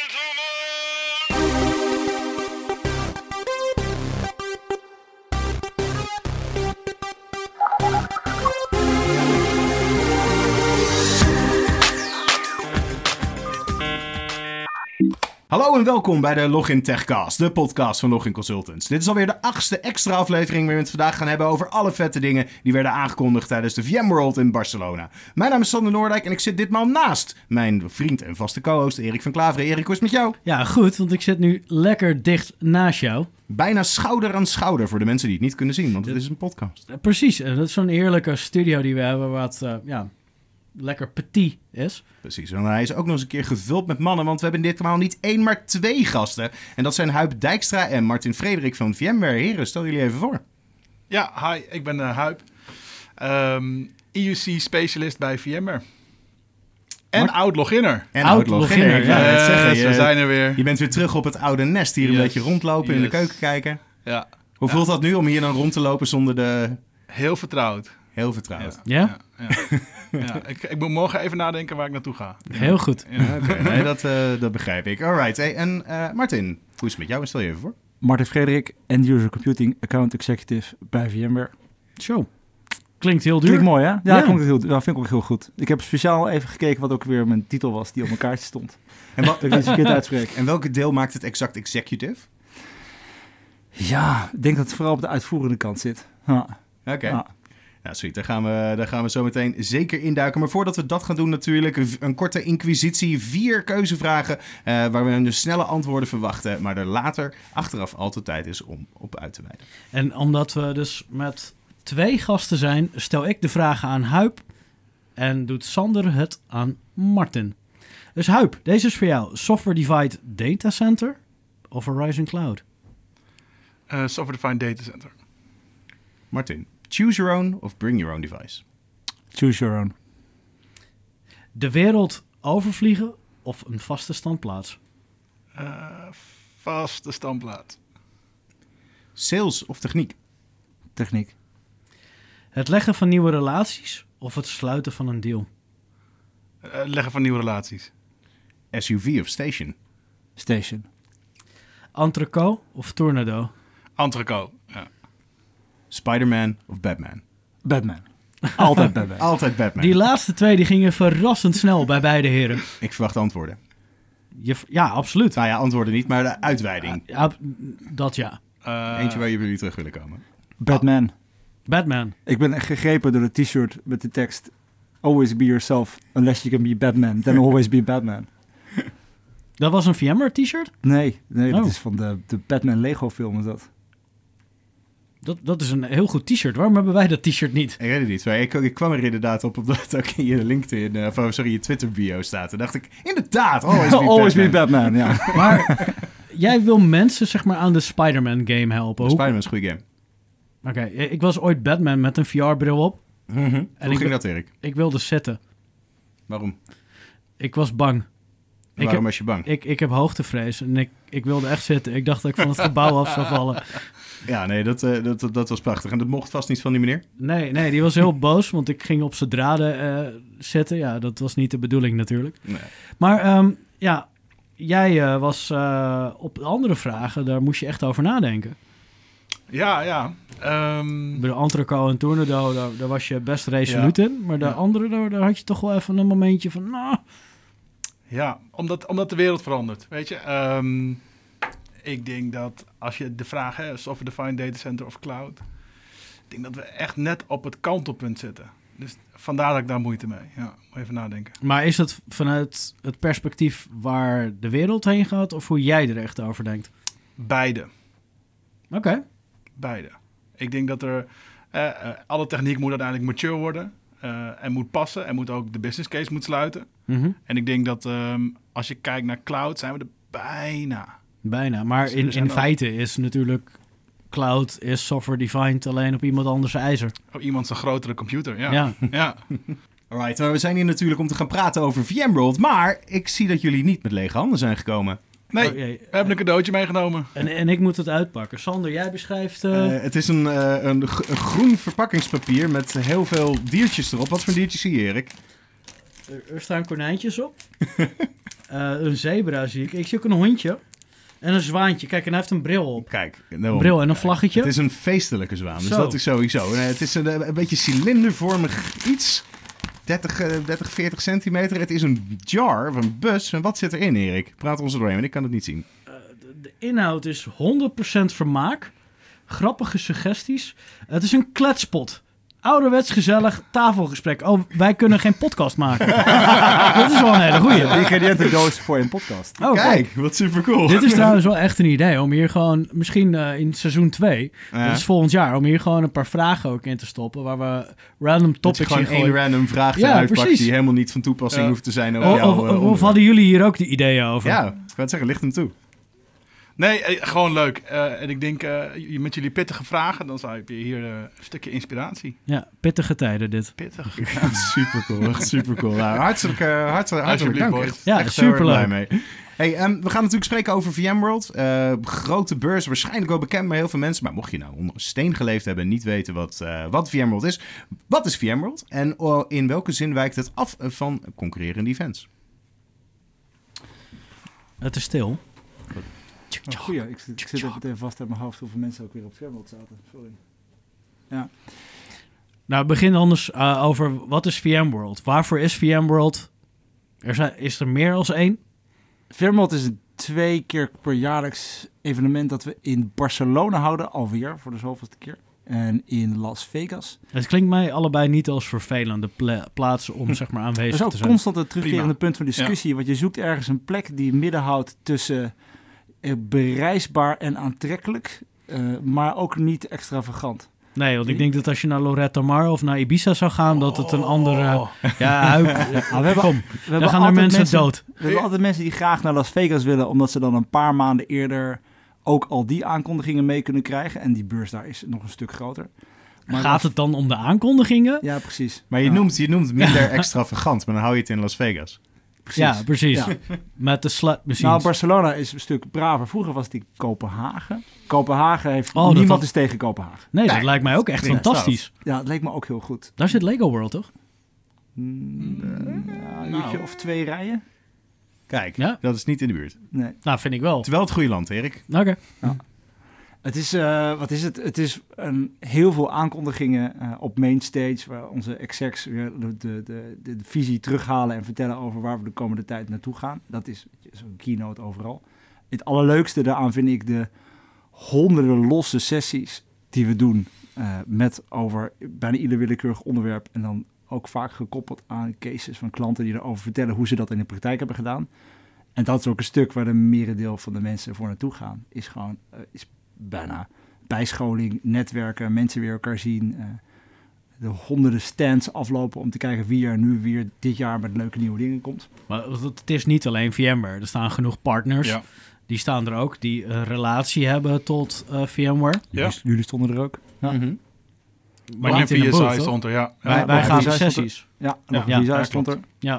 Hallo en welkom bij de Login Techcast, de podcast van Login Consultants. Dit is alweer de 8e extra aflevering waarin we het vandaag gaan hebben over alle vette dingen die werden aangekondigd tijdens de VMworld in Barcelona. Mijn naam is Sander Noordijk en ik zit ditmaal naast mijn vriend en vaste co-host Erik van Klaveren. Erik, hoe is het met jou? Ja, goed, want ik zit nu lekker dicht naast jou. Bijna schouder aan schouder voor de mensen die het niet kunnen zien, want het is een podcast. Precies, dat is zo'n eerlijke studio die we hebben wat lekker petit is. Precies, en hij is ook nog eens een keer gevuld met mannen, want we hebben ditmaal niet 1, maar 2 gasten. En dat zijn Huib Dijkstra en Martin Frederik van VMware. Heren, stel jullie even voor. Ja, hi, ik ben Huib. EUC-specialist bij VMware. En oud-loginner. En oud-loginner, ja. We zijn er weer. Je bent weer terug op het oude nest, hier een beetje rondlopen, in de keuken kijken. Ja. Hoe voelt dat nu om hier dan rond te lopen zonder de... Heel vertrouwd. Heel vertrouwd. Ja? Ja. Ik moet morgen even nadenken waar ik naartoe ga. Heel goed. Ja, okay. Nee, dat begrijp ik. Alright, hey, en Martin, hoe is het met jou? Stel je even voor. Martin Frederik, End-User Computing Account Executive bij VMware. Zo. Klinkt heel duur. Klinkt mooi, hè? Ja. Dat vind ik ook heel goed. Ik heb speciaal even gekeken wat ook weer mijn titel was die op mijn kaartje stond. En wat ik eens een keer uitspreken. En welke deel maakt het exact executive? Ja, ik denk dat het vooral op de uitvoerende kant zit. Oké. Ja. Nou, sweet. Daar gaan we zo meteen zeker induiken. Maar voordat we dat gaan doen natuurlijk, een korte inquisitie. 4 keuzevragen waar we dus snelle antwoorden verwachten. Maar er later, achteraf, altijd tijd is om op uit te wijden. En omdat we dus met 2 gasten zijn, stel ik de vragen aan Huib. En doet Sander het aan Martin. Dus Huib, deze is voor jou. Software Defined Data Center of Horizon Cloud? Software Defined Data Center. Martin. Choose your own of bring your own device? Choose your own. De wereld overvliegen of een vaste standplaats? Vaste standplaats. Sales of techniek? Techniek. Het leggen van nieuwe relaties of het sluiten van een deal? Leggen van nieuwe relaties. SUV of station? Station. Entreco of Tornado? Entreco, ja. Spider-Man of Batman? Batman. Altijd Batman. Altijd Batman. Die laatste 2 die gingen verrassend snel bij beide heren. Ik verwacht antwoorden. Ja, absoluut. Nou ja, antwoorden niet, maar de uitweiding. Dat ja. Eentje waar jullie terug willen komen. Batman. Batman. Ik ben gegrepen door het t-shirt met de tekst Always be yourself, unless you can be Batman, then always be Batman. Dat was een VMware t-shirt? Nee, dat is van de Batman Lego film is dat. Dat is een heel goed t-shirt. Waarom hebben wij dat t-shirt niet? Ik weet het niet. Maar ik kwam er inderdaad op omdat het ook in je LinkedIn, je Twitter bio staat. En dacht ik, inderdaad, always be Batman, ja. Maar jij wil mensen zeg maar aan de Spider-Man game helpen. Spider-Man is een goede game. Oké, ik was ooit Batman met een VR-bril op. Mm-hmm. Hoe ging dat, Erik? Ik wilde zitten. Waarom? Ik was bang. Waarom was je bang? Ik heb hoogtevrees en ik wilde echt zitten. Ik dacht dat ik van het gebouw af zou vallen. Ja, nee, dat was prachtig. En dat mocht vast niet van die meneer? Nee, die was heel boos, want ik ging op zijn draden zitten. Ja, dat was niet de bedoeling natuurlijk. Nee. Maar jij was op andere vragen, daar moest je echt over nadenken. Ja. Bij de Entreco en Tornado, daar was je best resoluut in. Maar de andere, daar had je toch wel even een momentje van... Nou. Ja, omdat de wereld verandert, weet je. Ik denk dat als je de vraag, Software Defined Data Center of Cloud... Ik denk dat we echt net op het kantelpunt zitten. Dus vandaar dat ik daar moeite mee. Ja, moet even nadenken. Maar is het vanuit het perspectief waar de wereld heen gaat... of hoe jij er echt over denkt? Beide. Oké. Beide. Ik denk dat er... alle techniek moet uiteindelijk mature worden... en moet passen en moet ook de business case moet sluiten. Mm-hmm. En ik denk dat als je kijkt naar cloud, zijn we er bijna. Maar in feite is natuurlijk cloud is software defined alleen op iemand anders ijzer. Op iemand zijn grotere computer, ja. Alright, maar we zijn hier natuurlijk om te gaan praten over VMworld. Maar ik zie dat jullie niet met lege handen zijn gekomen. Nee, we hebben een cadeautje meegenomen. En ik moet het uitpakken. Sander, jij beschrijft... Het is een groen verpakkingspapier met heel veel diertjes erop. Wat voor diertjes zie je, Erik? Er staan konijntjes op. Een zebra zie ik. Ik zie ook een hondje. En een zwaantje. Kijk, en hij heeft een bril op. Kijk, Een bril en een vlaggetje. Het is een feestelijke zwaan, dus Zo. dat is sowieso. Het is een beetje cilindervormig iets. 30, 40 centimeter. Het is een jar of een bus. En wat zit erin, Erik? Praat ons er doorheen, want ik kan het niet zien. De inhoud is 100% vermaak. Grappige suggesties. Het is een kletspot. Ouderwets gezellig tafelgesprek. Oh, wij kunnen geen podcast maken. Dat is wel een hele goeie. De ingrediëntendoos voor een podcast. Oh, Kijk, wat super cool. Dit is trouwens wel echt een idee om hier gewoon, misschien in seizoen 2, dat is volgend jaar, om hier gewoon een paar vragen ook in te stoppen, waar we random Dat je topics gewoon in gooien. één random vraag Ja, eruit pakt precies. die helemaal niet van toepassing Ja. hoeft te zijn over jouw Of onderwerp. hadden jullie hier ook de ideeën over? Ja, ik wou het zeggen, licht hem toe. Nee, gewoon leuk. En ik denk, met jullie pittige vragen, dan heb je hier een stukje inspiratie. Ja, pittige tijden dit. Pittig. Ja, super cool, echt super cool. Nou, hartelijk Alsjeblieft, dank. boys. Echt, Ja, echt heel erg superleuk. blij mee. Hey, we gaan natuurlijk spreken over VMworld. Grote beurs, waarschijnlijk wel bekend bij heel veel mensen. Maar mocht je nou onder een steen geleefd hebben en niet weten wat VMworld is. Wat is VMworld? En in welke zin wijkt het af van concurrerende events? Het is stil. Goeie, ik zit even vast uit mijn hoofd hoeveel mensen ook weer op VMworld zaten. Sorry. Nou, begin anders over wat is VMworld? Waarvoor is VMworld? Is er meer dan één? VMworld is een 2 keer per jaarlijks evenement dat we in Barcelona houden, alweer voor de zoveelste keer. En in Las Vegas. Het klinkt mij allebei niet als vervelende plaatsen om zeg maar Dat aanwezig is te ook zijn. constant het terugkerende Prima. punt van discussie. Want je zoekt ergens een plek die midden houdt tussen bereisbaar en aantrekkelijk, maar ook niet extravagant. Nee, want ik denk dat als je naar Loretta Mar of naar Ibiza zou gaan, dat het een andere... Ja, we hebben, kom, we dan hebben gaan er altijd mensen dood. We hebben altijd mensen die graag naar Las Vegas willen, omdat ze dan een paar maanden eerder ook al die aankondigingen mee kunnen krijgen. En die beurs daar is nog een stuk groter. Maar Gaat het dan om de aankondigingen? Ja, precies. Maar je noemt minder extravagant, maar dan hou je het in Las Vegas. Precies. Ja, precies. Ja. Met de slutmachines. Nou, Barcelona is een stuk braver. Vroeger was het in Kopenhagen. Kopenhagen heeft... Oh, dat niemand had- is tegen Kopenhagen. nee, dat Nee, lijkt mij ook echt klinkt fantastisch. Ja, het leek me ook heel goed. Daar zit Lego World, toch? Een uurtje of 2 rijen? Kijk, Ja. dat is niet in de buurt. Nee. Nou, vind ik wel. Terwijl het goede land, Erik. Oké. Het is, wat is het? Het is heel veel aankondigingen op mainstage, waar onze execs weer de visie terughalen en vertellen over waar we de komende tijd naartoe gaan. Dat is zo'n keynote overal. Het allerleukste daaraan vind ik de honderden losse sessies die we doen met over bijna ieder willekeurig onderwerp en dan ook vaak gekoppeld aan cases van klanten die erover vertellen hoe ze dat in de praktijk hebben gedaan. En dat is ook een stuk waar de merendeel van de mensen voor naartoe gaan. Is gewoon is bijna bijscholing, netwerken, mensen weer elkaar zien. De honderden stands aflopen om te kijken wie er nu weer dit jaar met leuke nieuwe dingen komt. Maar het is niet alleen VMware. Er staan genoeg partners. Ja. Die staan er ook, die een relatie hebben tot VMware. Ja. Jullie stonden er ook. Ja, Maar En niet in de VSI booth, toch? stond er, ja. Wij Ja, gaan VSI de stond er. sessies. ja, Ja, Visa daar stond klopt. er. Ja.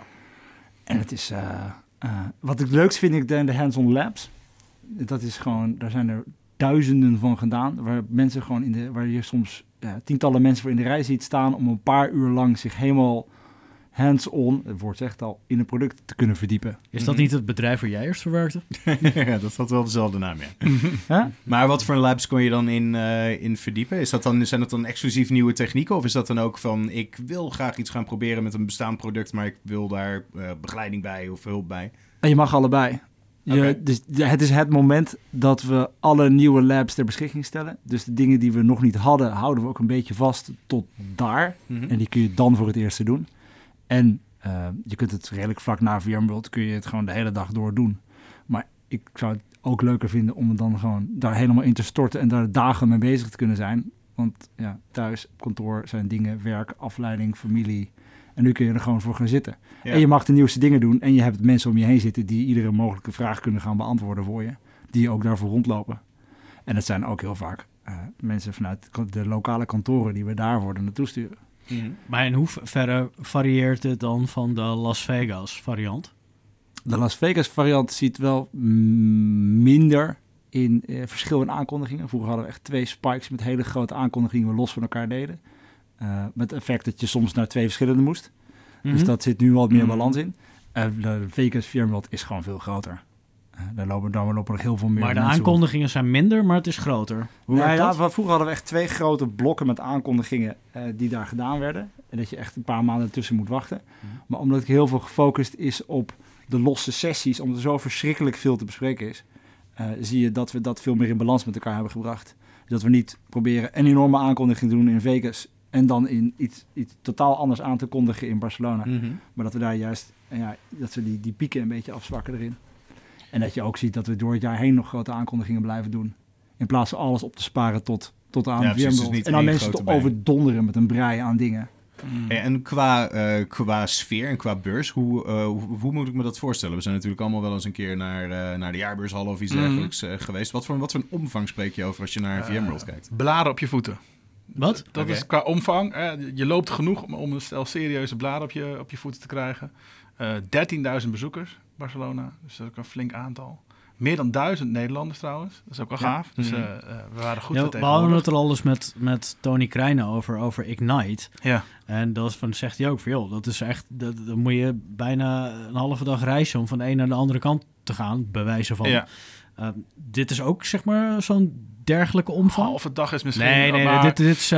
En het is... wat ik het leukst vind ik de hands-on labs. Dat is gewoon... Daar zijn er duizenden van gedaan. Waar mensen gewoon waar je soms tientallen mensen voor in de rij ziet staan om een paar uur lang zich helemaal hands-on, het woord zegt al, in een product te kunnen verdiepen. Is dat niet het bedrijf waar jij eerst voor werkte? Ja, dat had wel dezelfde naam, ja. Huh? Maar wat voor labs kon je dan in verdiepen? Zijn dat dan exclusief nieuwe technieken? Of is dat dan ook van, ik wil graag iets gaan proberen met een bestaand product, maar ik wil daar begeleiding bij of hulp bij? En je mag allebei. Oké. Dus het is het moment dat we alle nieuwe labs ter beschikking stellen. Dus de dingen die we nog niet hadden, houden we ook een beetje vast tot daar. En die kun je dan voor het eerste doen. En je kunt het redelijk vlak na VMworld, kun je het gewoon de hele dag door doen. Maar ik zou het ook leuker vinden om het dan gewoon daar helemaal in te storten en daar dagen mee bezig te kunnen zijn. Want ja, thuis, op kantoor zijn dingen, werk, afleiding, familie. En nu kun je er gewoon voor gaan zitten. Ja. En je mag de nieuwste dingen doen. En je hebt mensen om je heen zitten die iedere mogelijke vraag kunnen gaan beantwoorden voor je. Die ook daarvoor rondlopen. En dat zijn ook heel vaak mensen vanuit de lokale kantoren die we daar worden naartoe sturen. Maar in hoeverre varieert het dan van de Las Vegas variant? De Las Vegas variant ziet wel minder in verschil in aankondigingen. Vroeger hadden we echt 2 spikes met hele grote aankondigingen we los van elkaar deden. Met het effect dat je soms naar 2 verschillende moest. Dus dat zit nu wat meer balans in. De Vegas VMworld is gewoon veel groter. Daar lopen nog heel veel meer Maar de mensen aankondigingen zijn minder, maar het is groter. Hoe werkt dat? Vroeger hadden we echt 2 grote blokken met aankondigingen die daar gedaan werden. En dat je echt een paar maanden tussen moet wachten. Maar omdat ik heel veel gefocust is op de losse sessies, omdat er zo verschrikkelijk veel te bespreken is, zie je dat we dat veel meer in balans met elkaar hebben gebracht. Dat we niet proberen een enorme aankondiging te doen in Vegas en dan in iets totaal anders aan te kondigen in Barcelona. Maar dat we daar juist, dat we die pieken een beetje afzwakken erin. En dat je ook ziet dat we door het jaar heen nog grote aankondigingen blijven doen. In plaats van alles op te sparen tot aan de VMworld. En dan mensen te overdonderen met een brei aan dingen. En qua sfeer en qua beurs, hoe moet ik me dat voorstellen? We zijn natuurlijk allemaal wel eens een keer naar de jaarbeurshal of iets dergelijks geweest. Wat voor een omvang spreek je over als je naar VMworld kijkt? Bladen op je voeten. Wat? Dat is qua omvang. Je loopt genoeg om een stel serieuze bladen op je voeten te krijgen. 13.000 bezoekers, Barcelona. Dus dat is ook een flink aantal. Meer dan 1000 Nederlanders trouwens. Dat is ook wel gaaf. Dus we waren goed We hadden het er al eens met Tony Krijnen over Ignite. Ja. En zegt hij ook van, joh, dat is echt, dan moet je bijna een halve dag reizen om van de een naar de andere kant te gaan, bij wijze van. Ja. Dit is ook, zeg maar, zo'n dergelijke omvang? Of het dag is misschien... Nee, maar, dit is...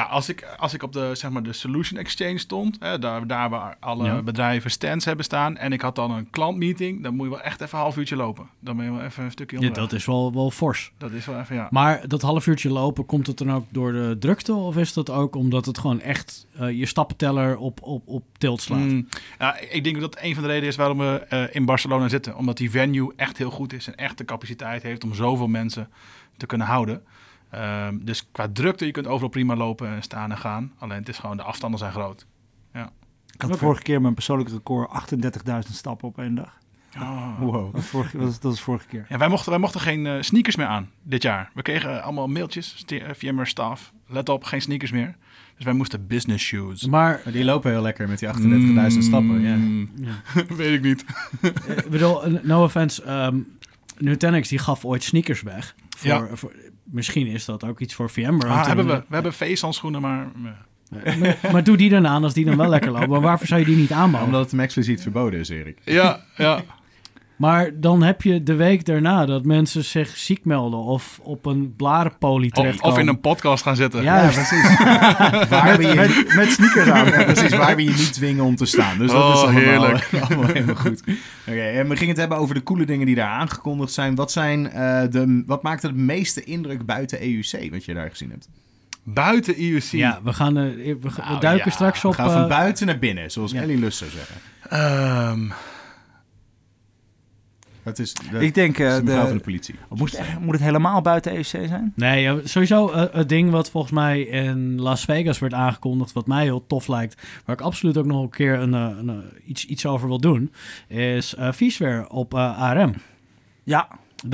als ik op de Solution Exchange stond, daar waar alle bedrijven stands hebben staan, en ik had dan een klantmeeting, dan moet je wel echt even een half uurtje lopen. Dan ben je wel even een stukje onderweg. Dat is wel fors. Dat is wel even, ja. Maar dat half uurtje lopen, komt het dan ook door de drukte, of is dat ook omdat het gewoon echt je stappenteller op tilt slaat? Ik denk dat een van de redenen is waarom we in Barcelona zitten. Omdat die venue echt heel goed is en echt de capaciteit heeft om zoveel mensen te kunnen houden. Dus qua drukte, je kunt overal prima lopen en staan en gaan. Alleen het is gewoon, de afstanden zijn groot. Ja. Ik had vorige keer mijn persoonlijk record 38.000 stappen op 1 dag. Wow. Dat is vorige keer. Ja, wij mochten geen sneakers meer aan dit jaar. We kregen allemaal mailtjes, VMware staff. Let op, geen sneakers meer. Dus wij moesten business shoes. Maar die lopen heel lekker met die 38.000 stappen. Ja. Weet ik niet. Ik bedoel, no offense, Nutanix die gaf ooit sneakers weg. Misschien is dat ook iets voor VMware. We hebben face-handschoenen, maar... Maar doe die dan aan als die dan wel lekker lopen. Maar waarvoor zou je die niet aanbouwen? Omdat het expliciet verboden is, Erik. Ja. Maar dan heb je de week daarna dat mensen zich ziek melden of op een blarenpolie terechtkomen. Of in een podcast gaan zitten. Ja, precies. met sneakers aan. Ja, precies, waar we je niet dwingen om te staan. Dus dat is allemaal helemaal goed. En we gingen het hebben over de coole dingen die daar aangekondigd zijn. Wat maakte het meeste indruk buiten EUC, wat je daar gezien hebt? Buiten EUC? Ja, we duiken straks op... We gaan van buiten naar binnen, zoals Ellie Lust zou zeggen. Ik denk de mevrouw van de politie. Moet het helemaal buiten EUC zijn? Nee, sowieso het ding wat volgens mij in Las Vegas werd aangekondigd, wat mij heel tof lijkt, waar ik absoluut ook nog een keer iets over wil doen, is vSphere op ARM. Ja.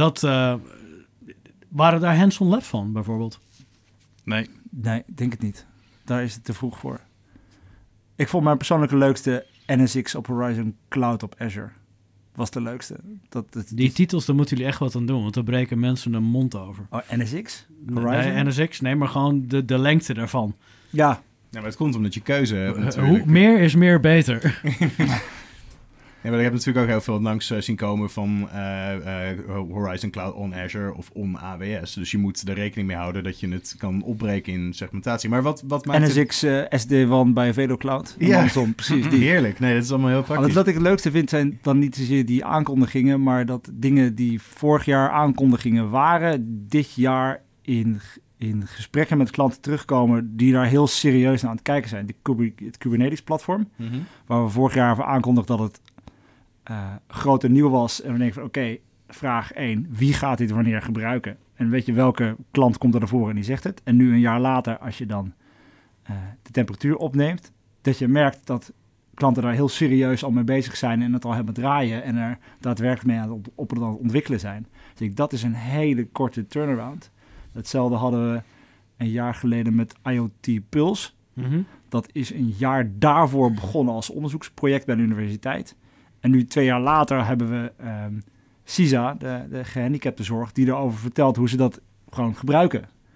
Waren daar hands-on lab van, bijvoorbeeld? Nee, ik denk het niet. Daar is het te vroeg voor. Ik vond mijn persoonlijke leukste NSX op Horizon Cloud op Azure. Was de leukste. Die titels, daar moeten jullie echt wat aan doen, want daar breken mensen de mond over. Oh, NSX? Horizon? Nee, NSX, nee, maar gewoon de lengte daarvan. Ja. Ja, maar het komt omdat je keuze hebt. Hoe meer is meer beter. Ja, maar ik heb natuurlijk ook heel veel langs zien komen van Horizon Cloud on Azure of on AWS. Dus je moet er rekening mee houden dat je het kan opbreken in segmentatie. Maar wat maakt NSX SD-WAN bij VeloCloud. Ja, andersom, precies die. Heerlijk. Nee, dat is allemaal heel praktisch. Wat ik het leukste vind zijn dan niet zozeer die aankondigingen, maar dat dingen die vorig jaar aankondigingen waren, dit jaar in gesprekken met klanten terugkomen die daar heel serieus naar aan het kijken zijn. Het Kubernetes-platform, waar we vorig jaar aankondigden dat het groot en nieuw was. En we denken van oké, vraag 1. Wie gaat dit wanneer gebruiken? En weet je welke klant komt er naar voren en die zegt het? En nu een jaar later, als je dan de temperatuur opneemt, dat je merkt dat klanten daar heel serieus al mee bezig zijn en het al hebben draaien en er daadwerkelijk mee aan het ontwikkelen zijn. Dus dat is een hele korte turnaround. Hetzelfde hadden we een jaar geleden met IoT Pulse. Dat is een jaar daarvoor begonnen als onderzoeksproject bij de universiteit. En nu 2 jaar later hebben we CISA, de gehandicaptenzorg, die erover vertelt hoe ze dat gewoon gebruiken.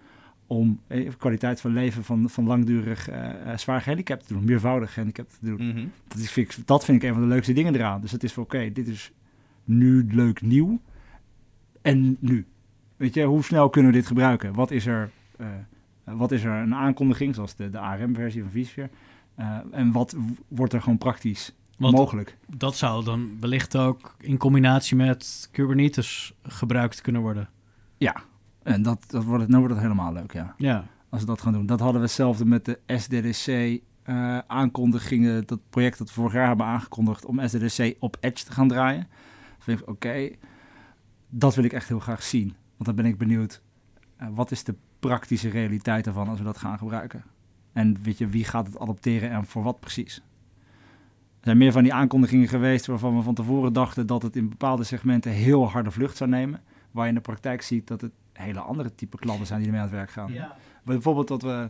om kwaliteit van leven van langdurig zwaar gehandicapt te doen, meervoudig gehandicapt te doen. Mhm. Dat vind ik een van de leukste dingen eraan. Dus het is van oké, dit is nu leuk nieuw. En nu? Weet je, hoe snel kunnen we dit gebruiken? Wat is er een aankondiging, zoals de ARM-versie van vSphere? En wat wordt er gewoon praktisch mogelijk? Dat zou dan wellicht ook in combinatie met Kubernetes gebruikt kunnen worden. Ja, en dan wordt het helemaal leuk, ja. Ja. Als we dat gaan doen. Dat hadden we hetzelfde met de SDDC aankondigingen. Dat project dat we vorig jaar hebben aangekondigd om SDDC op Edge te gaan draaien. Dan vind ik, oké, dat wil ik echt heel graag zien. Want dan ben ik benieuwd, wat is de praktische realiteit ervan als we dat gaan gebruiken? En weet je, wie gaat het adopteren en voor wat precies? Er zijn meer van die aankondigingen geweest waarvan we van tevoren dachten dat het in bepaalde segmenten heel harde vlucht zou nemen. Waar je in de praktijk ziet dat het hele andere type klanten zijn die ermee aan het werk gaan. Ja. Bijvoorbeeld dat we...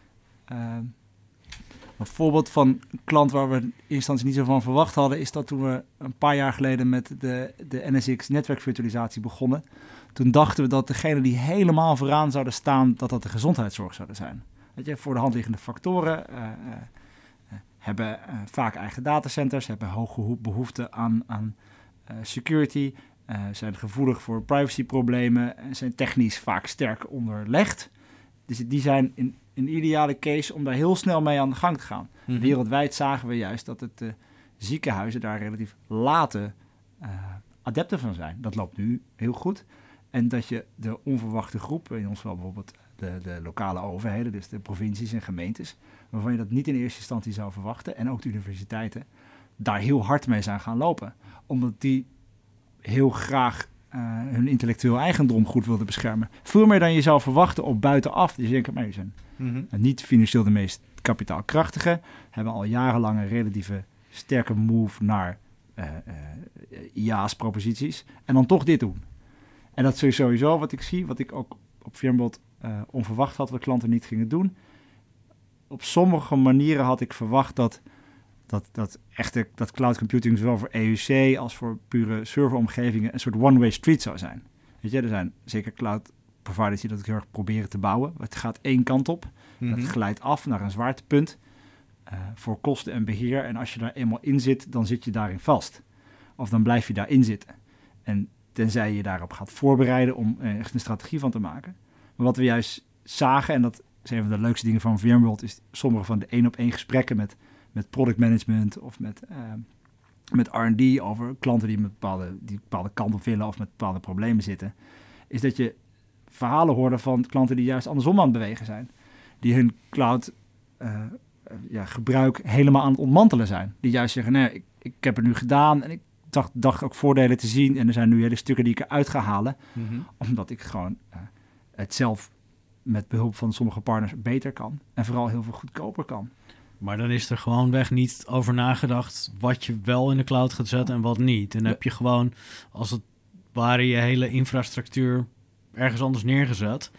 een voorbeeld van een klant waar we in eerste instantie niet zo van verwacht hadden, is dat toen we een paar jaar geleden met de NSX netwerkvirtualisatie begonnen, toen dachten we dat degene die helemaal vooraan zouden staan, dat de gezondheidszorg zouden zijn. Weet je, voor de hand liggende factoren hebben vaak eigen datacenters, hebben hoge behoefte aan security, zijn gevoelig voor privacyproblemen en zijn technisch vaak sterk onderlegd. Dus die zijn in ideale case om daar heel snel mee aan de gang te gaan. Mhm. Wereldwijd zagen we juist dat het ziekenhuizen daar relatief late adepten van zijn. Dat loopt nu heel goed. En dat je de onverwachte groep, in ons geval bijvoorbeeld de lokale overheden, dus de provincies en gemeentes, waarvan je dat niet in eerste instantie zou verwachten, en ook de universiteiten, daar heel hard mee zijn gaan lopen. Omdat die heel graag hun intellectueel eigendom goed wilden beschermen. Veel meer dan je zou verwachten op buitenaf. Dus je denkt, maar die zijn niet financieel de meest kapitaalkrachtige, hebben al jarenlang een relatieve sterke move naar IaaS-proposities. En dan toch dit doen. En dat is sowieso wat ik zie, wat ik ook op VMworld onverwacht had, wat klanten niet gingen doen. Op sommige manieren had ik verwacht dat cloud computing zowel voor EUC als voor pure serveromgevingen een soort one-way street zou zijn. Weet je, er zijn zeker cloud providers die dat heel erg proberen te bouwen. Het gaat één kant op. Het glijdt af naar een zwaartepunt voor kosten en beheer. En als je daar eenmaal in zit, dan zit je daarin vast. Of dan blijf je daarin zitten. En tenzij je daarop gaat voorbereiden om echt een strategie van te maken. Maar wat we juist zagen, en dat is een van de leukste dingen van VMworld, is sommige van de 1-op-1 gesprekken met product management of met R&D over klanten die een bepaalde kant op willen of met bepaalde problemen zitten, is dat je verhalen hoorde van klanten die juist andersom aan het bewegen zijn. Die hun cloud gebruik helemaal aan het ontmantelen zijn. Die juist zeggen, nee, ik heb het nu gedaan en ik dacht ook voordelen te zien en er zijn nu hele stukken die ik eruit ga halen, omdat ik gewoon het zelf met behulp van sommige partners beter kan en vooral heel veel goedkoper kan. Maar dan is er gewoonweg niet over nagedacht wat je wel in de cloud gaat zetten en wat niet. En heb je gewoon, als het ware, je hele infrastructuur ergens anders neergezet.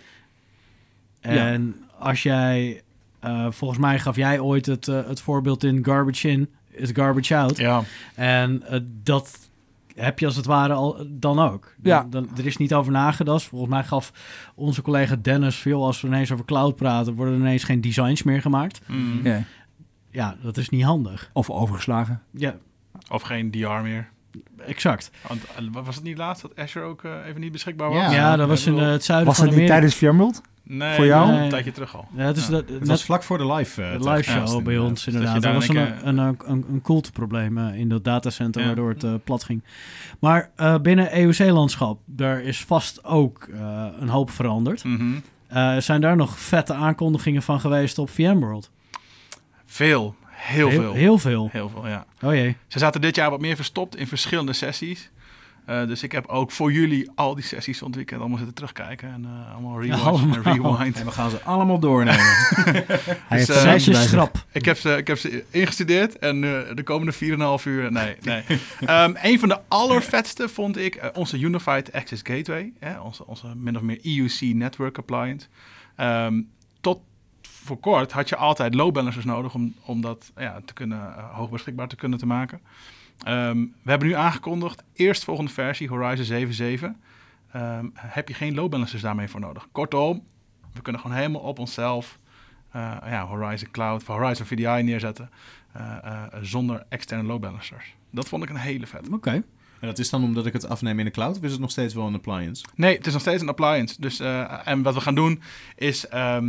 En als jij, volgens mij gaf jij ooit het voorbeeld in garbage in is garbage out. Ja. En dat heb je als het ware al dan ook. Ja. Er is niet over nagedacht. Volgens mij gaf onze collega Dennis veel, als we ineens over cloud praten, worden er ineens geen designs meer gemaakt. Ja. Ja, dat is niet handig. Of overgeslagen. Ja, Of geen DR meer. exact. Want, was het niet laatst dat Azure ook even niet beschikbaar was? Ja. Ja, dat was in het zuiden Was van dat niet Amerika. tijdens VMworld? Nee, Voor jou? een tijdje terug al. Ja, het is Ja. Het was vlak voor de live de live show bij ons inderdaad. dat Dat je was daar een koelteprobleem in dat datacenter, Ja. waardoor het plat ging. Maar binnen EUC-landschap, daar is vast ook een hoop veranderd. Zijn daar nog vette aankondigingen van geweest op VMworld? Veel. Heel veel. Heel veel. Heel veel, ja. Oh jee. Ze zaten dit jaar wat meer verstopt in verschillende sessies. Dus ik heb ook voor jullie al die sessies van het weekend allemaal zitten terugkijken. En allemaal rewatch allemaal. en rewind. En we gaan ze allemaal doornemen. Hij heeft Dus, cijfers bij zich. schrap. Ik heb ze ingestudeerd en de komende 4,5 uur... Nee. Een van de allervetste vond ik onze Unified Access Gateway. Onze min of meer EUC Network Appliance. Tot voor kort had je altijd load balancers nodig om dat te kunnen, hoog beschikbaar te kunnen te maken. We hebben nu aangekondigd, eerstvolgende versie, Horizon 7.7, heb je geen load balancers daarmee voor nodig. Kortom, We kunnen gewoon helemaal op onszelf Horizon Cloud, Horizon VDI neerzetten zonder externe load balancers. Dat vond ik een hele vet. Oké. En dat is dan omdat ik het afneem in de cloud, of is het nog steeds wel een appliance? Nee, het is nog steeds een appliance. Dus, en wat we gaan doen is...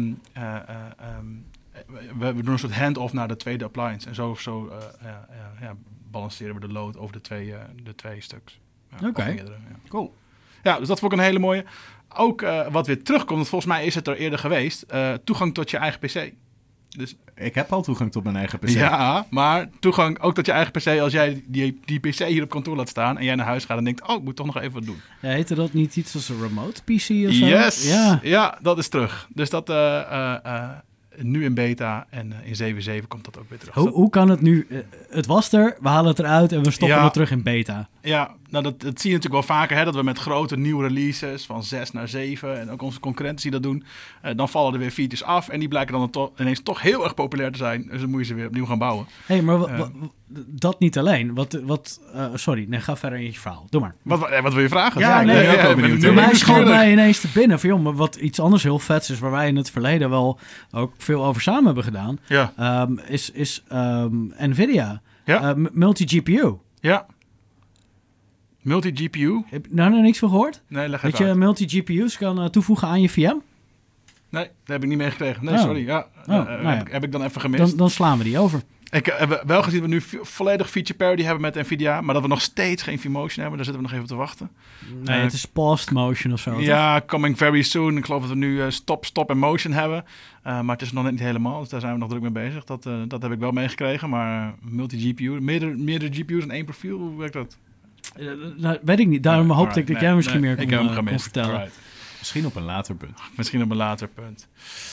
we doen een soort hand-off naar de tweede appliance. En zo balanceren we de load over de twee stuks. Ja, Oké. of meerdere, ja. Cool. Ja, dus dat vond ik een hele mooie. Ook wat weer terugkomt, want volgens mij is het er eerder geweest. Toegang tot je eigen PC. Dus, Ik heb al toegang tot mijn eigen PC. ja, maar toegang ook tot je eigen PC als jij die PC hier op kantoor laat staan en jij naar huis gaat en denkt, ik moet toch nog even wat doen. Ja, heette dat niet iets als een remote PC of zo? Yes! Ja. Ja, dat is terug. Dus dat nu in beta en in 7.7 komt dat ook weer terug. Hoe kan het nu? Het was er, we halen het eruit en we stoppen Ja. het terug in beta. Ja, nou dat zie je natuurlijk wel vaker, hè, dat we met grote nieuwe releases van 6 naar 7 en ook onze concurrenten die dat doen, dan vallen er weer features af en die blijken dan ineens toch heel erg populair te zijn. Dus dan moet je ze weer opnieuw gaan bouwen. Hé, maar dat niet alleen. Sorry, nee, ga verder in je verhaal. Doe maar. Wat wil je vragen? Ja, nee, ik ben ook wel benieuwd. Bij Nu mij schoot mij ineens te binnen van, joh, maar wat iets anders heel vets is, waar wij in het verleden wel ook veel over samen hebben gedaan, Ja, is Nvidia. Ja. Multi-GPU. ja. Multi-GPU? Heb je daar nog niks van gehoord? Nee, leg Dat even je uit. multi-GPU's kan toevoegen aan je VM? Nee, dat heb ik niet meegekregen. Nee, Oh. sorry. Ja, Nou ja. heb ik dan even gemist. Dan slaan we die over. Ik heb wel gezien dat we nu volledig feature parity hebben met Nvidia, maar dat we nog steeds geen V-Motion hebben. Daar zitten we nog even op te wachten. Nee, het is paused motion of zo. toch? Ja, coming very soon. Ik geloof dat we nu stop en motion hebben. Maar het is nog net niet helemaal, dus daar zijn we nog druk mee bezig. Dat heb ik wel meegekregen, maar multi-GPU, meerdere GPU's in één profiel, hoe werkt dat? Nou, weet ik niet. Daarom hoopte ik dat jij misschien meer ik heb hem kon gemist. vertellen. Alright. Misschien op een later punt. Misschien op een later punt.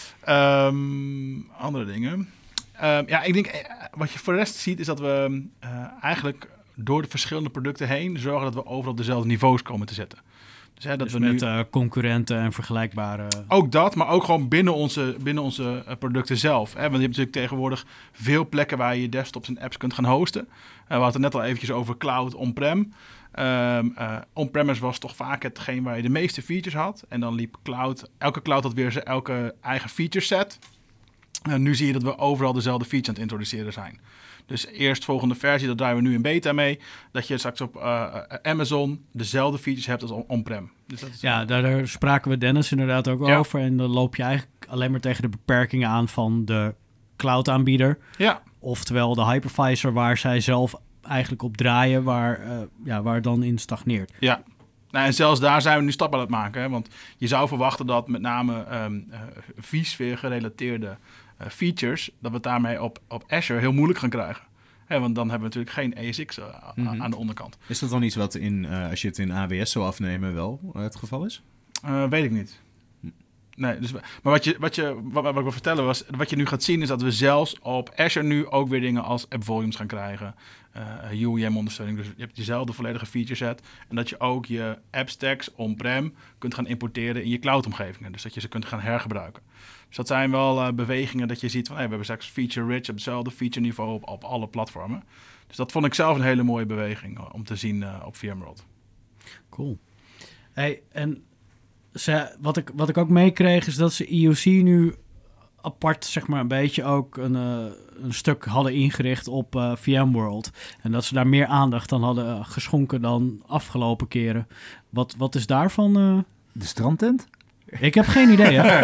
Andere dingen. Ik denk, wat je voor de rest ziet, is dat we eigenlijk door de verschillende producten heen zorgen dat we overal op dezelfde niveaus komen te zitten. Dus, dat Dus we met nu concurrenten en vergelijkbare... ook dat, maar ook gewoon binnen onze producten zelf. Hè? Want je hebt natuurlijk tegenwoordig veel plekken waar je je desktops en apps kunt gaan hosten. We hadden het net al eventjes over cloud on-prem. On-premise was toch vaak hetgeen waar je de meeste features had. En dan liep elke cloud had weer zijn eigen feature set. Nu zie je dat we overal dezelfde features aan het introduceren zijn. Dus eerstvolgende versie, dat draaien we nu in beta mee. Dat je straks op Amazon dezelfde features hebt als on-prem. Dus dat is daar spraken we Dennis inderdaad ook Ja. over. En dan loop je eigenlijk alleen maar tegen de beperkingen aan van de cloud-aanbieder. Ja, Oftewel de hypervisor waar zij zelf eigenlijk op draaien, waar dan in stagneert. ja. Nou, en zelfs daar zijn we nu stappen aan het maken. Hè? Want je zou verwachten dat met name vSphere gerelateerde features, dat we het daarmee op Azure heel moeilijk gaan krijgen. Want dan hebben we natuurlijk geen ESX aan de onderkant. Is dat dan iets wat als je het in AWS zou afnemen wel het geval is? Weet ik niet. Nee, dus, maar wat ik wil vertellen was, wat je nu gaat zien is dat we zelfs op Azure nu ook weer dingen als app volumes gaan krijgen. UEM-ondersteuning, dus je hebt dezelfde volledige feature set. En dat je ook je app stacks on-prem kunt gaan importeren in je cloud-omgevingen. Dus dat je ze kunt gaan hergebruiken. Dus dat zijn wel bewegingen dat je ziet van, we hebben straks feature-rich op hetzelfde feature-niveau op alle platformen. Dus dat vond ik zelf een hele mooie beweging om te zien op VMworld. Cool. Hey, en wat ik ook meekreeg is dat ze IOC nu apart, zeg maar, een beetje ook een stuk hadden ingericht op VMworld. En dat ze daar meer aandacht aan hadden geschonken dan afgelopen keren. Wat is daarvan? De strandtent? Ik heb geen idee, hè?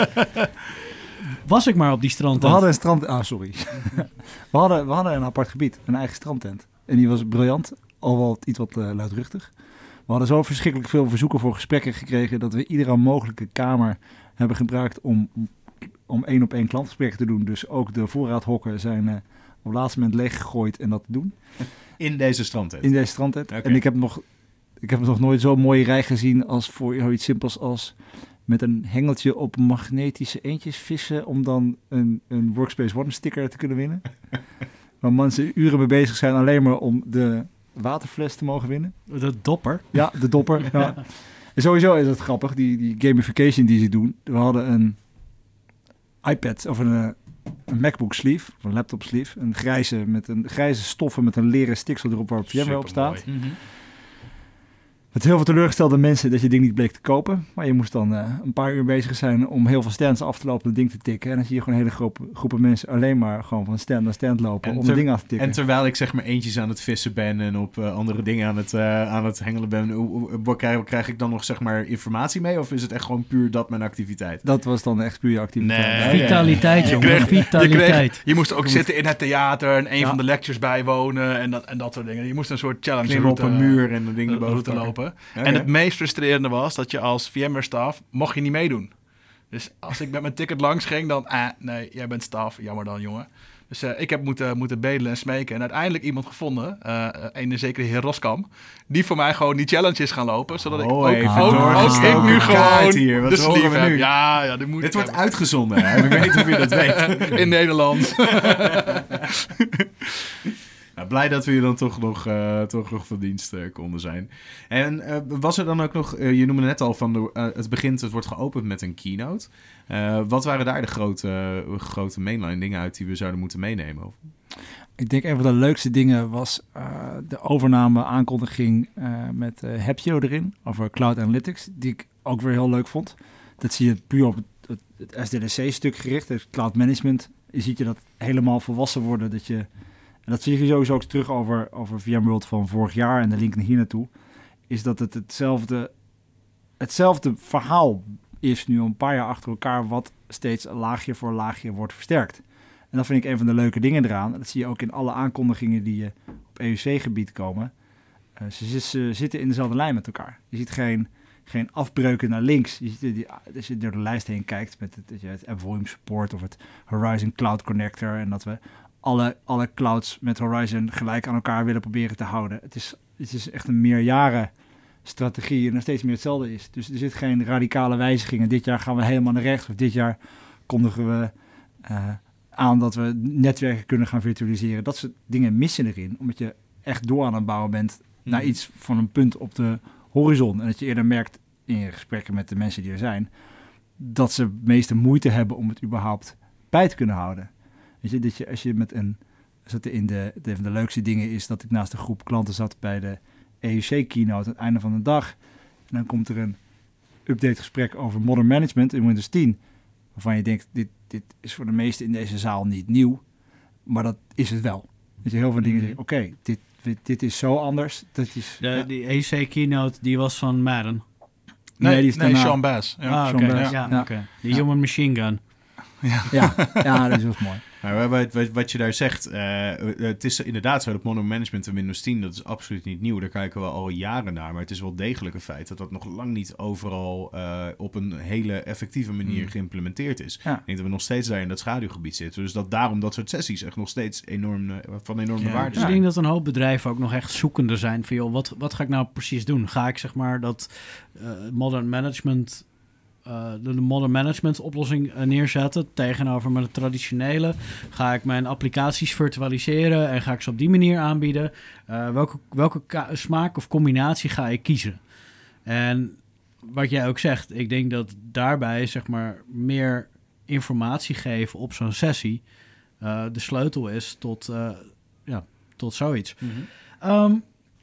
Was ik maar op die strandtent. We hadden een strand... Ah, sorry. we hadden een apart gebied, een eigen strandtent. En die was briljant, al wel iets wat luidruchtig. We hadden zo verschrikkelijk veel verzoeken voor gesprekken gekregen dat we iedere mogelijke kamer hebben gebruikt om 1-op-1 klantgesprekken te doen. Dus ook de voorraadhokken zijn op het laatste moment leeggegooid en dat te doen. In deze strandtent? In deze strandtent. Okay. En ik heb nog nooit zo'n mooie rij gezien als voor zoiets simpels als met een hengeltje op magnetische eendjes vissen om dan een Workspace ONE sticker te kunnen winnen. Waar mensen uren mee bezig zijn alleen maar om de waterfles te mogen winnen. De dopper. Ja, de dopper. Ja. En sowieso is het grappig, die gamification die ze doen. We hadden een iPad of een MacBook sleeve, of een laptop sleeve. Een grijze stoffen met een leren stiksel erop waar VMware op staat. Supermooi. Mhm. met heel veel teleurgestelde mensen dat je ding niet bleek te kopen. Maar je moest dan een paar uur bezig zijn om heel veel stands af te lopen om het ding te tikken. En dan zie je gewoon hele groepen mensen alleen maar gewoon van stand naar stand lopen om het ding af te tikken. En terwijl ik zeg maar eentjes aan het vissen ben en op andere dingen aan het hengelen ben, krijg ik dan nog zeg maar informatie mee? Of is het echt gewoon puur dat mijn activiteit? Dat was dan echt puur je activiteit. Nee. Vitaliteit, jongen. Vitaliteit. Je moest ook zitten in het theater en een van de lectures bijwonen en dat soort dingen. Je moest een soort challenge Klimmen op een muur en een ding erboven te lopen. Okay. En het meest frustrerende was dat je als VMware-staf mocht je niet meedoen. Dus als ik met mijn ticket langs ging, dan... nee, jij bent staf. Jammer dan, jongen. Dus ik heb moeten bedelen en smeken. En uiteindelijk iemand gevonden, een zekere heer Roskam, die voor mij gewoon die challenge is gaan lopen. Zodat ik ook ik nu gewoon hier. Wat de sleeve heb. Nu? Ja, dit moet dit wordt uitgezonden. Hè? Ik weet niet of je dat weet. In Nederland. Nou, blij dat we je dan toch nog van dienst konden zijn. En was er dan ook nog... je noemde net al van het wordt geopend met een keynote. Wat waren daar de grote mainline dingen uit die we zouden moeten meenemen? Ik denk een van de leukste dingen was de overname aankondiging met Heptio erin over Cloud Analytics, die ik ook weer heel leuk vond. Dat zie je puur op het SDLC-stuk gericht, het Cloud Management. Je ziet je dat helemaal volwassen worden, en dat zie je sowieso ook terug over VMworld van vorig jaar en de link naar hier naartoe, is dat het hetzelfde verhaal is nu een paar jaar achter elkaar, wat steeds laagje voor laagje wordt versterkt. En dat vind ik een van de leuke dingen eraan. Dat zie je ook in alle aankondigingen die op EUC-gebied komen. Ze zitten in dezelfde lijn met elkaar. Je ziet geen afbreuken naar links. Je ziet als je door de lijst heen kijkt met het App Volume Support of het Horizon Cloud Connector en dat we alle clouds met Horizon gelijk aan elkaar willen proberen te houden. Het is echt een meerjaren strategie en nog steeds meer hetzelfde is. Dus er zit geen radicale wijzigingen. Dit jaar gaan we helemaal naar rechts of dit jaar kondigen we aan dat we netwerken kunnen gaan virtualiseren. Dat soort dingen missen erin, omdat je echt door aan het bouwen bent naar iets van een punt op de horizon. En dat je eerder merkt in je gesprekken met de mensen die er zijn, dat ze de meeste moeite hebben om het überhaupt bij te kunnen houden. Weet je, dat je als je met een van de leukste dingen is dat ik naast een groep klanten zat bij de EUC keynote aan het einde van de dag. En dan komt er een updategesprek over modern management in Windows 10. Waarvan je denkt, dit is voor de meesten in deze zaal niet nieuw. Maar dat is het wel. Dat je heel veel dingen zegt, oké, dit is zo anders. Die EUC keynote, die was van Madden. Nee, die is daarna. Sean Bass. Ja. Sean Bass. Ja. Okay. Die Human Machine Gun. Ja, dat is ook mooi. Maar wat je daar zegt, het is inderdaad zo dat modern management in Windows 10, dat is absoluut niet nieuw. Daar kijken we al jaren naar. Maar het is wel degelijk een feit dat dat nog lang niet overal op een hele effectieve manier geïmplementeerd is. Ja. Ik denk dat we nog steeds daar in dat schaduwgebied zitten. Dus daarom dat soort sessies echt nog steeds van enorme waarde zijn. Ik denk dat een hoop bedrijven ook nog echt zoekende zijn van, joh, wat ga ik nou precies doen? Ga ik zeg maar dat modern management... de modern management oplossing neerzetten tegenover mijn traditionele. Ga ik mijn applicaties virtualiseren en ga ik ze op die manier aanbieden? Welke smaak of combinatie ga ik kiezen? En wat jij ook zegt, ik denk dat daarbij zeg maar meer informatie geven op zo'n sessie de sleutel is tot zoiets. Mm-hmm.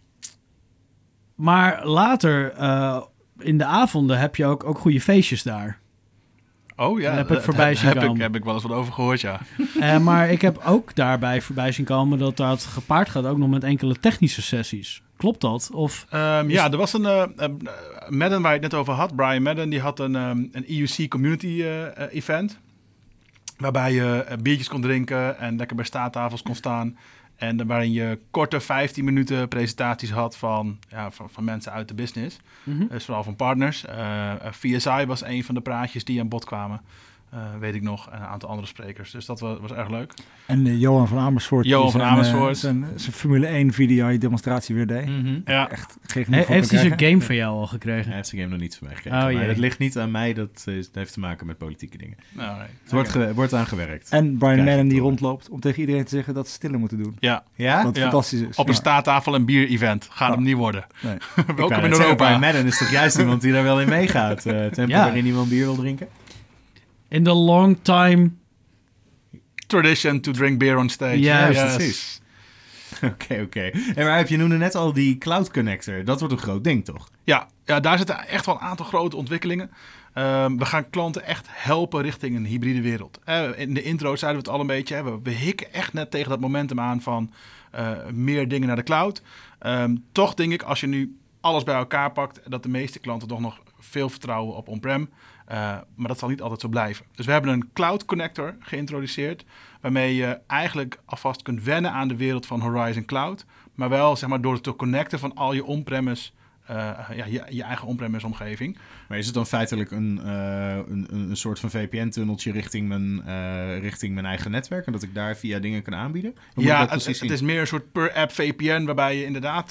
Maar later... in de avonden heb je ook goede feestjes daar. Oh ja, heb ik voorbij zien komen. Heb ik wel eens wat over gehoord, ja. Maar ik heb ook daarbij voorbij zien komen dat gepaard gaat ook nog met enkele technische sessies. Klopt dat? Of er was een Madden waar je het net over had. Brian Madden, die had een EUC community event. Waarbij je biertjes kon drinken en lekker bij staattafels kon staan. En waarin je korte 15 minuten presentaties had van mensen uit de business. Mm-hmm. Dus vooral van partners. VSI was een van de praatjes die aan bod kwamen. Weet ik nog. En een aantal andere sprekers. Dus dat was erg leuk. En Johan van Amersfoort. Zijn Formule 1 video demonstratie weer deed. Mm-hmm. Ja. Echt heeft hij zijn game van jou al gekregen? Hij heeft zijn game nog niet van mij gekregen. Maar dat ligt niet aan mij. Dat heeft te maken met politieke dingen. Het wordt aangewerkt. En Brian Madden die rondloopt om tegen iedereen te zeggen dat ze stiller moeten doen. Ja? Wat fantastisch is. Op een staattafel en bier-event. Gaat hem niet worden. Nee. Welkom in Europa. Brian Madden is toch juist iemand die daar wel in meegaat. Tempo waarin iemand bier wil drinken. In the long time tradition to drink beer on stage. Ja, yes. Precies. Oké. En maar je noemde net al die Cloud Connector. Dat wordt een groot ding, toch? Ja, daar zitten echt wel een aantal grote ontwikkelingen. We gaan klanten echt helpen richting een hybride wereld. In de intro zeiden we het al een beetje. We hikken echt net tegen dat momentum aan van meer dingen naar de cloud. Toch denk ik, als je nu alles bij elkaar pakt, dat de meeste klanten toch nog veel vertrouwen op on-prem. Maar dat zal niet altijd zo blijven. Dus we hebben een Cloud Connector geïntroduceerd, waarmee je eigenlijk alvast kunt wennen aan de wereld van Horizon Cloud. Maar wel zeg maar, door het te connecten van al je on-premise, je eigen on-premise omgeving. Maar is het dan feitelijk een soort van VPN-tunneltje richting mijn eigen netwerk? En dat ik daar via dingen kan aanbieden? Het is meer een soort per-app VPN, waarbij je inderdaad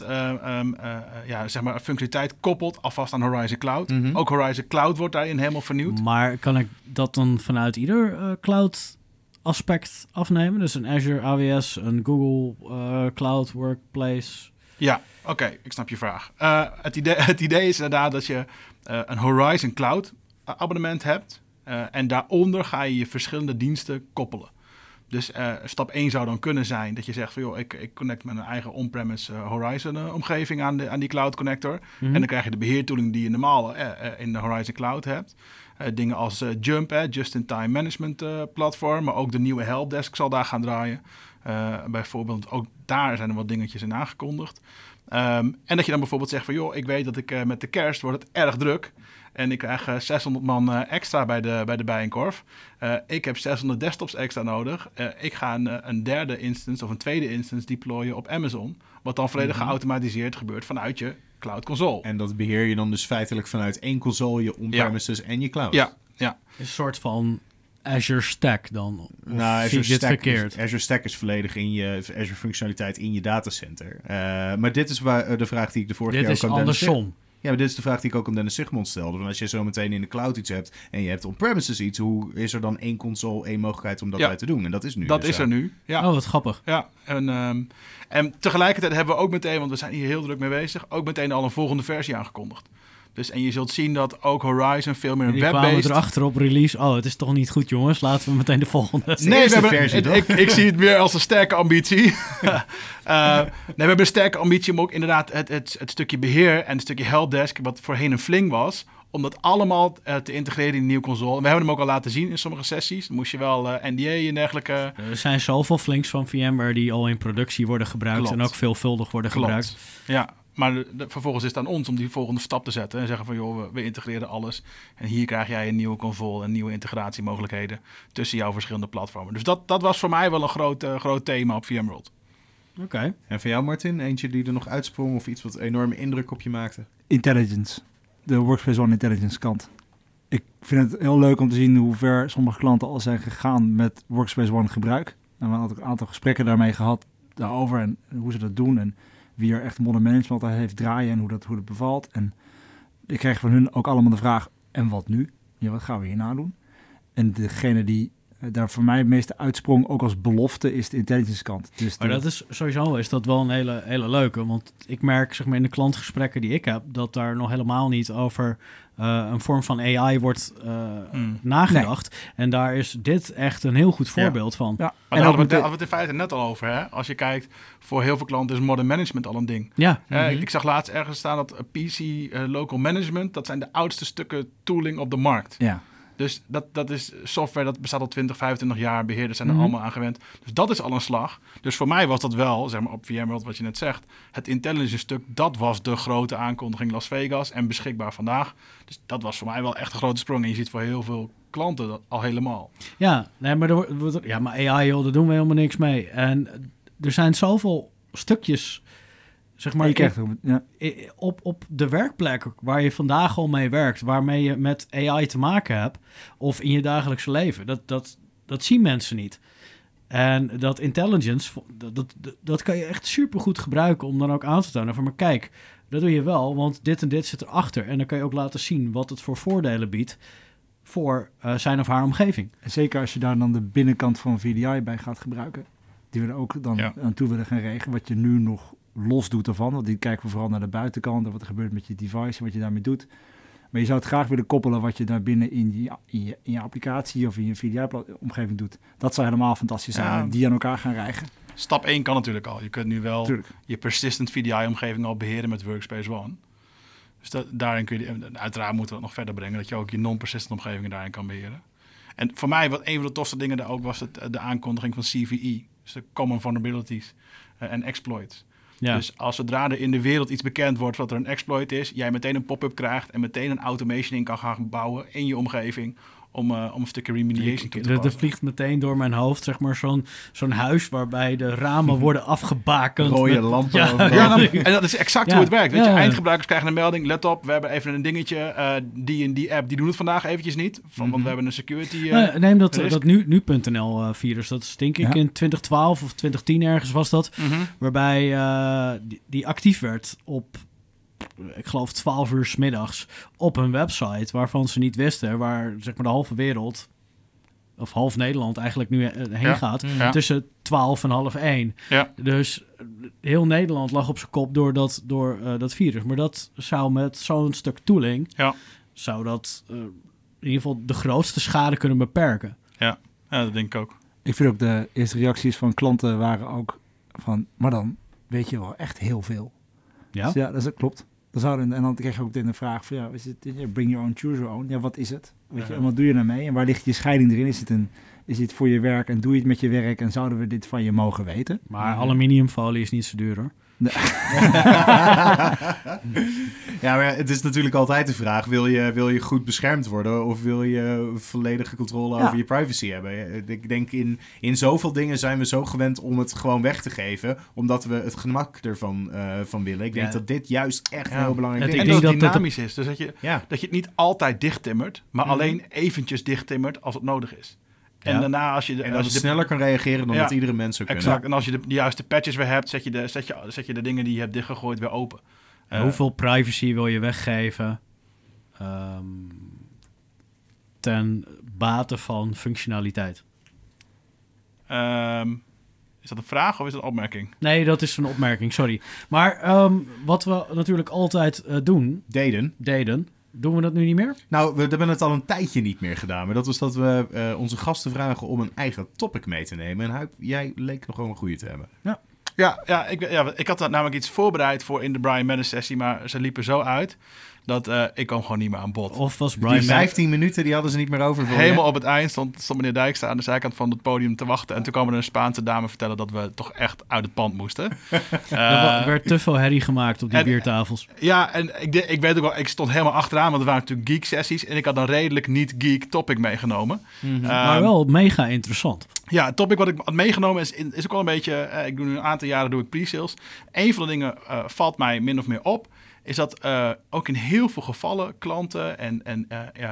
zeg maar functionaliteit koppelt alvast aan Horizon Cloud. Mm-hmm. Ook Horizon Cloud wordt daarin helemaal vernieuwd. Maar kan ik dat dan vanuit ieder cloud aspect afnemen? Dus een Azure, AWS, een Google Cloud Workplace. Ja, oké, ik snap je vraag. Het idee is inderdaad dat je een Horizon Cloud abonnement hebt. En daaronder ga je verschillende diensten koppelen. Dus stap 1 zou dan kunnen zijn dat je zegt van joh, ik connect mijn eigen on-premise Horizon omgeving aan die Cloud Connector. Mm-hmm. En dan krijg je de beheertooling die je normaal in de Horizon Cloud hebt. Dingen als Jump, Just-in-Time Management platform, maar ook de nieuwe helpdesk zal daar gaan draaien. Bijvoorbeeld, ook daar zijn er wat dingetjes in aangekondigd. En dat je dan bijvoorbeeld zegt van joh, ik weet dat ik met de kerst wordt het erg druk. En ik krijg 600 man extra bij de Bijenkorf. Ik heb 600 desktops extra nodig. Ik ga een derde instance of een tweede instance deployen op Amazon. Wat dan volledig geautomatiseerd gebeurt vanuit je cloud console. En dat beheer je dan dus feitelijk vanuit één console, je on-premises en je cloud. Ja. Een soort van Azure Stack dan? Nou, verkeerd? Azure Stack is volledig in je Azure functionaliteit in je datacenter. Maar dit is de vraag die ik de vorige keer ook aan Dennis... andersom. Ja, maar dit is de vraag die ik ook aan Dennis Sigmond stelde. Want als je zo meteen in de cloud iets hebt en je hebt on-premises iets, hoe is er dan één console, één mogelijkheid om dat uit te doen? En dat is nu. Dat dus is er nu. Ja. Oh, wat grappig. Ja, en tegelijkertijd hebben we ook meteen, want we zijn hier heel druk mee bezig, ook meteen al een volgende versie aangekondigd. Dus, en je zult zien dat ook Horizon veel meer een web-based... Die kwamen erachter op release. Oh, het is toch niet goed, jongens. Laten we meteen de volgende... Ik zie het meer als een sterke ambitie. We hebben een sterke ambitie om ook inderdaad het stukje beheer en het stukje helpdesk, wat voorheen een fling was, om dat allemaal te integreren in de nieuwe console. En we hebben hem ook al laten zien in sommige sessies. Dan moest je wel NDA en dergelijke... Er zijn zoveel flinks van VMware die al in productie worden gebruikt. Klopt. En ook veelvuldig worden gebruikt. Ja. Maar vervolgens is het aan ons om die volgende stap te zetten. En zeggen van joh, we integreren alles. En hier krijg jij een nieuwe console en nieuwe integratiemogelijkheden tussen jouw verschillende platformen. Dus dat was voor mij wel een groot thema op VMworld. Oké. En van jou, Martin? Eentje die er nog uitsprong of iets wat enorme indruk op je maakte? Intelligence. De Workspace ONE Intelligence kant. Ik vind het heel leuk om te zien hoe ver sommige klanten al zijn gegaan met Workspace ONE gebruik. En we hadden ook een aantal gesprekken daarmee gehad daarover en hoe ze dat doen en wie er echt modern management aan heeft draaien en hoe dat bevalt. En ik kreeg van hun ook allemaal de vraag, en wat nu? Ja, wat gaan we hierna doen? En degene die daar voor mij het meeste uitsprong, ook als belofte, is de intelligence kant. Dus maar dat is sowieso is dat wel een hele leuke. Want ik merk zeg maar, in de klantgesprekken die ik heb, dat daar nog helemaal niet over een vorm van AI wordt nagedacht. Nee. En daar is dit echt een heel goed voorbeeld van. Ja. En daar hadden we het in feite net al over. Hè? Als je kijkt, voor heel veel klanten is modern management al een ding. Ja. Ik zag laatst ergens staan dat PC local management, dat zijn de oudste stukken tooling op de markt. Ja. Dus dat is software dat bestaat al 20, 25 jaar. Beheerders zijn er allemaal aan gewend. Dus dat is al een slag. Dus voor mij was dat wel, zeg maar op VMworld wat je net zegt, het intelligence stuk, dat was de grote aankondiging Las Vegas en beschikbaar vandaag. Dus dat was voor mij wel echt een grote sprong. En je ziet voor heel veel klanten dat al helemaal. Ja, nee, maar maar AI, joh, daar doen we helemaal niks mee. En er zijn zoveel stukjes, zeg maar, op de werkplek waar je vandaag al mee werkt, waarmee je met AI te maken hebt, of in je dagelijkse leven. Dat zien mensen niet. En dat intelligence, dat kan je echt supergoed gebruiken om dan ook aan te tonen van, maar kijk, dat doe je wel, want dit en dit zit erachter. En dan kan je ook laten zien wat het voor voordelen biedt voor zijn of haar omgeving. En zeker als je daar dan de binnenkant van VDI bij gaat gebruiken, die we er ook dan aan toe willen gaan regelen, wat je nu nog los doet ervan, want die kijken we vooral naar de buitenkant en wat er gebeurt met je device en wat je daarmee doet. Maar je zou het graag willen koppelen wat je daar binnen in je applicatie of in je VDI-omgeving doet. Dat zou helemaal fantastisch zijn, die aan elkaar gaan rijgen. Stap 1 kan natuurlijk al. Je kunt nu wel Tuurlijk. je persistent VDI-omgeving al beheren met Workspace ONE. Dus daarin kun je... Uiteraard moeten we het nog verder brengen, dat je ook je non-persistent omgevingen daarin kan beheren. En voor mij, wat een van de tofste dingen daar ook was, de aankondiging van CVE. Dus de Common Vulnerabilities en Exploits. Ja. Dus als zodra er in de wereld iets bekend wordt wat er een exploit is, jij meteen een pop-up krijgt en meteen een automation in kan gaan bouwen in je omgeving om een stukje remediation toe te Er passen. vliegt meteen door mijn hoofd, zeg maar, zo'n huis waarbij de ramen worden afgebakend. Rode met- lampen Ja, overal. Ja, en dat is exact Ja. hoe het werkt. Weet je, Ja. eindgebruikers krijgen een melding. Let op, we hebben even een dingetje. Die en die app, die doen het vandaag eventjes niet. Want we hebben een security... Neem dat risk. nu.nl virus. Dat is denk ik Ja. in 2012 of 2010 ergens was dat. Waarbij die actief werd op, ik geloof 12 uur 's middags op een website waarvan ze niet wisten, waar zeg maar de halve wereld, of half Nederland eigenlijk nu heen Ja. gaat, Ja. tussen 12 en half 1. Ja. Dus heel Nederland lag op zijn kop door dat virus. Maar dat zou met zo'n stuk tooling, Ja. zou dat in ieder geval de grootste schade kunnen beperken. Ja, dat denk ik ook. Ik vind ook de eerste reacties van klanten waren ook van, maar dan weet je wel echt heel veel. Ja? Dus ja, dat klopt. En dan kreeg je ook meteen de vraag van, ja, is het bring your own, choose your own. Ja, wat is het? Weet je, en wat doe je daarmee? En waar ligt je scheiding erin? Is dit voor je werk en doe je het met je werk en zouden we dit van je mogen weten? Maar aluminiumfolie is niet zo duur hoor. Ja, maar het is natuurlijk altijd de vraag, wil je goed beschermd worden of wil je volledige controle over je privacy hebben? Ik denk in zoveel dingen zijn we zo gewend om het gewoon weg te geven, omdat we het gemak ervan van willen. Ik denk dat dit juist echt een heel belangrijk Het ding En is. dat het dat dynamisch is. Dus dat je het niet altijd dichttimmert, maar alleen eventjes dichttimmert als het nodig is. En daarna als je... En dat het sneller kan reageren dan dat iedere mens zou kunnen. Exact. En als je de juiste patches weer hebt, zet je de dingen die je hebt dichtgegooid weer open. Hoeveel privacy wil je weggeven ten bate van functionaliteit? Is dat een vraag of is dat een opmerking? Nee, dat is een opmerking, sorry. Maar wat we natuurlijk altijd deden, doen we dat nu niet meer? Nou, we hebben het al een tijdje niet meer gedaan. Maar dat was dat we onze gasten vragen om een eigen topic mee te nemen. En Huip, jij leek nog wel een goede te hebben. Ja, ik had namelijk iets voorbereid voor in de Brian Madden sessie, maar ze liepen zo uit dat ik kwam gewoon niet meer aan bod. Of was Die Brian 15 minuten, die hadden ze niet meer over voor Helemaal op het eind stond meneer Dijkstra aan de zijkant van het podium te wachten. En toen kwam er een Spaanse dame vertellen dat we toch echt uit het pand moesten. Er werd te veel herrie gemaakt op die biertafels. Ja, en ik weet ook wel, ik stond helemaal achteraan, want er waren natuurlijk geek sessies. En ik had een redelijk niet geek topic meegenomen. Maar wel mega interessant. Ja, het topic wat ik had meegenomen is ook wel een beetje... ik doe nu een aantal jaren pre-sales. Een van de dingen valt mij min of meer op... is dat ook in heel veel gevallen klanten en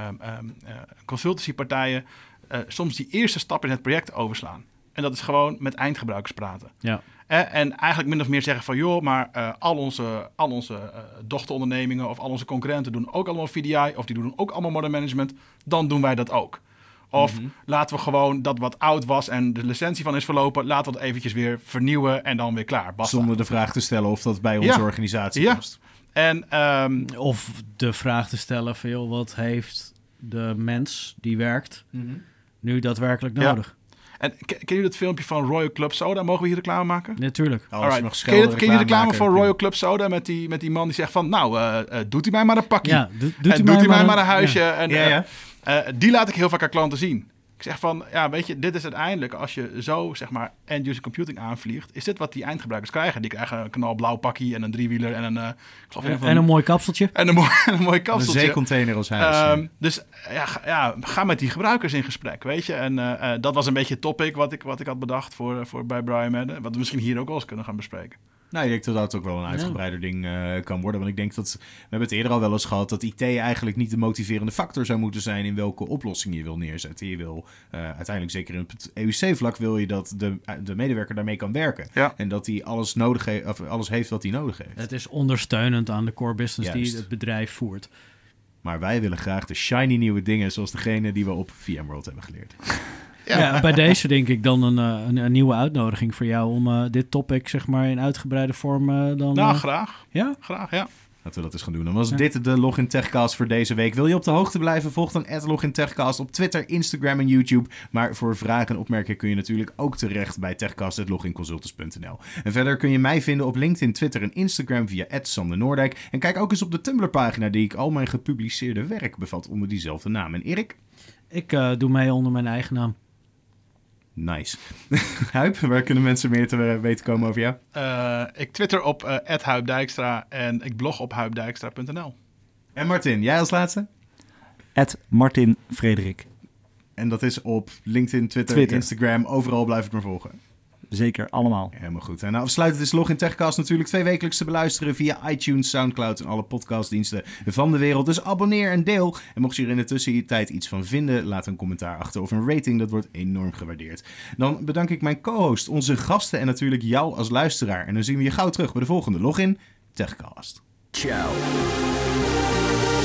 consultancypartijen... soms die eerste stap in het project overslaan. En dat is gewoon met eindgebruikers praten. Ja. En eigenlijk min of meer zeggen van... joh, maar al onze dochterondernemingen of al onze concurrenten doen ook allemaal VDI... of die doen ook allemaal modern management, dan doen wij dat ook. Of laten we gewoon dat wat oud was en de licentie van is verlopen... laten we het eventjes weer vernieuwen en dan weer klaar. Basta. Zonder de vraag te stellen of dat bij onze organisatie past. En, of de vraag te stellen van, joh, wat heeft de mens die werkt nu daadwerkelijk nodig? En ken je dat filmpje van Royal Club Soda? Mogen we hier reclame maken? Natuurlijk. Ken je die reclame van Royal Club Soda met die man die zegt van... nou, doet hij mij maar een pakje. Ja, doet hij mij maar een huisje. Ja. En die laat ik heel vaak aan klanten zien. Ik zeg van, ja, weet je, dit is uiteindelijk... als je zo, zeg maar, end-user computing aanvliegt... is dit wat die eindgebruikers krijgen. Die krijgen een knalblauw pakje en een driewieler en een mooi kapseltje. En een mooi kapseltje. Een zeecontainer als huis. Dus ga met die gebruikers in gesprek, weet je. En dat was een beetje het topic wat ik had bedacht voor bij Brian Madden. Wat we misschien hier ook wel eens kunnen gaan bespreken. Nou, ik denk dat dat ook wel een uitgebreider ding kan worden. Want ik denk dat, we hebben het eerder al wel eens gehad... dat IT eigenlijk niet de motiverende factor zou moeten zijn... in welke oplossing je wil neerzetten. Je wil uiteindelijk, zeker op het EUC-vlak... wil je dat de medewerker daarmee kan werken. Ja. En dat hij alles heeft wat hij nodig heeft. Het is ondersteunend aan de core business die het bedrijf voert. Maar wij willen graag de shiny nieuwe dingen... zoals degene die we op VMworld hebben geleerd. Ja, bij deze denk ik dan een nieuwe uitnodiging voor jou... om dit topic zeg maar in uitgebreide vorm dan... Nou, graag. Ja? Graag, ja. Laten we dat eens gaan doen. Dan was dit de Login Techcast voor deze week. Wil je op de hoogte blijven? Volg dan @LoginTechcast op Twitter, Instagram en YouTube. Maar voor vragen en opmerkingen kun je natuurlijk ook terecht bij techcast@loginconsultants.nl. En verder kun je mij vinden op LinkedIn, Twitter en Instagram via @SanderNoordijk. En kijk ook eens op de Tumblr-pagina die ik al mijn gepubliceerde werk bevat onder diezelfde naam. En Erik? Ik doe mee onder mijn eigen naam. Nice. Huip, waar kunnen mensen meer te weten komen over jou? Ik twitter op @huipdijkstra en ik blog op huipdijkstra.nl. En Martin, jij als laatste? Martin Frederik. En dat is op LinkedIn, Twitter, Instagram, overal blijf ik me volgen. Zeker, allemaal. Helemaal goed. En afsluitend is Login Techcast natuurlijk 2 wekelijks te beluisteren via iTunes, Soundcloud en alle podcastdiensten van de wereld. Dus abonneer en deel. En mocht je er in de tussentijd iets van vinden, laat een commentaar achter of een rating. Dat wordt enorm gewaardeerd. Dan bedank ik mijn co-host, onze gasten en natuurlijk jou als luisteraar. En dan zien we je gauw terug bij de volgende Login Techcast. Ciao.